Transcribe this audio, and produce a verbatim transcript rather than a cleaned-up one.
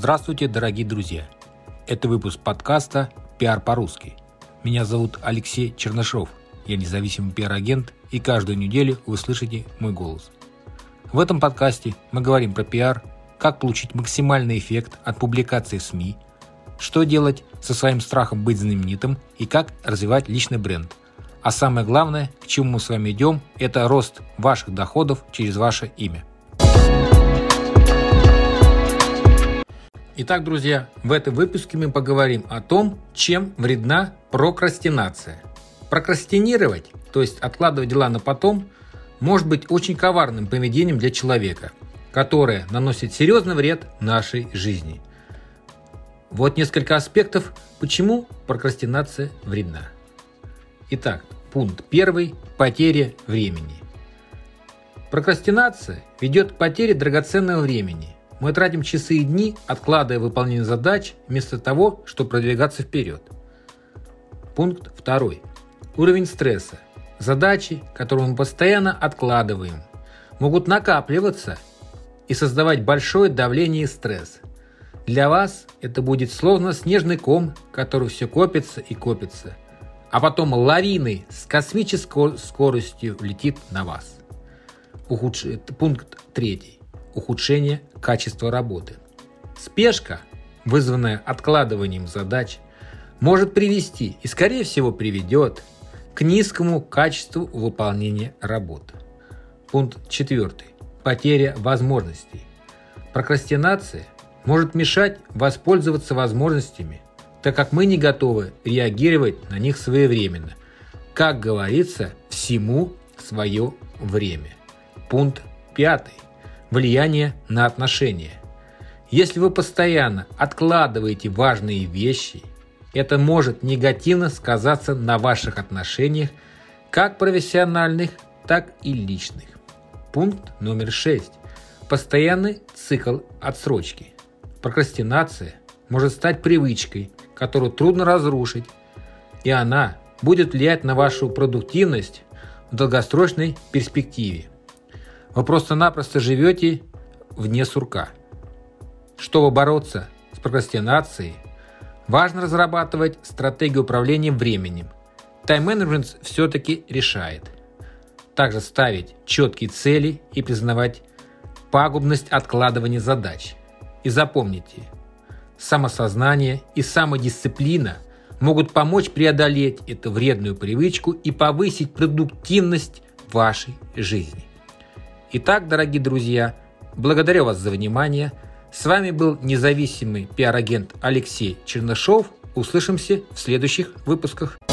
Здравствуйте, дорогие друзья! Это выпуск подкаста «Пиар по-русски». Меня зовут Алексей Чернышов. Я независимый пиар-агент, и каждую неделю вы слышите мой голос. В этом подкасте мы говорим про пиар, как получить максимальный эффект от публикации в СМИ, что делать со своим страхом быть знаменитым и как развивать личный бренд. А самое главное, к чему мы с вами идем, это рост ваших доходов через ваше имя. Итак, друзья, в этом выпуске мы поговорим о том, чем вредна прокрастинация. Прокрастинировать, то есть откладывать дела на потом, может быть очень коварным поведением для человека, которое наносит серьезный вред нашей жизни. Вот несколько аспектов, почему прокрастинация вредна. Итак, пункт первый – потеря времени. Прокрастинация ведет к потере драгоценного времени. Мы тратим часы и дни, откладывая выполнение задач, вместо того, чтобы продвигаться вперед. Пункт второй. Уровень стресса. Задачи, которые мы постоянно откладываем, могут накапливаться и создавать большое давление и стресс. Для вас это будет словно снежный ком, который все копится и копится, а потом лавиной с космической скоростью летит на вас. Ухудш... Пункт третий. Ухудшение качества работы. Спешка, вызванная откладыванием задач, может привести и, скорее всего, приведет к низкому качеству выполнения работы. Пункт четвертый. Потеря возможностей. Прокрастинация может мешать воспользоваться возможностями, так как мы не готовы реагировать на них своевременно. Как говорится, всему свое время. Пункт пятый. Влияние на отношения. Если вы постоянно откладываете важные вещи, это может негативно сказаться на ваших отношениях, как профессиональных, так и личных. Пункт номер шесть. Постоянный цикл отсрочки. Прокрастинация может стать привычкой, которую трудно разрушить, и она будет влиять на вашу продуктивность в долгосрочной перспективе. Вы просто-напросто живете вне сурка. Чтобы бороться с прокрастинацией, важно разрабатывать стратегию управления временем. Тайм-менеджмент все-таки решает. Также ставить четкие цели и признавать пагубность откладывания задач. И запомните, самосознание и самодисциплина могут помочь преодолеть эту вредную привычку и повысить продуктивность вашей жизни. Итак, дорогие друзья, благодарю вас за внимание. С вами был независимый пиар-агент Алексей Чернышов. Услышимся в следующих выпусках.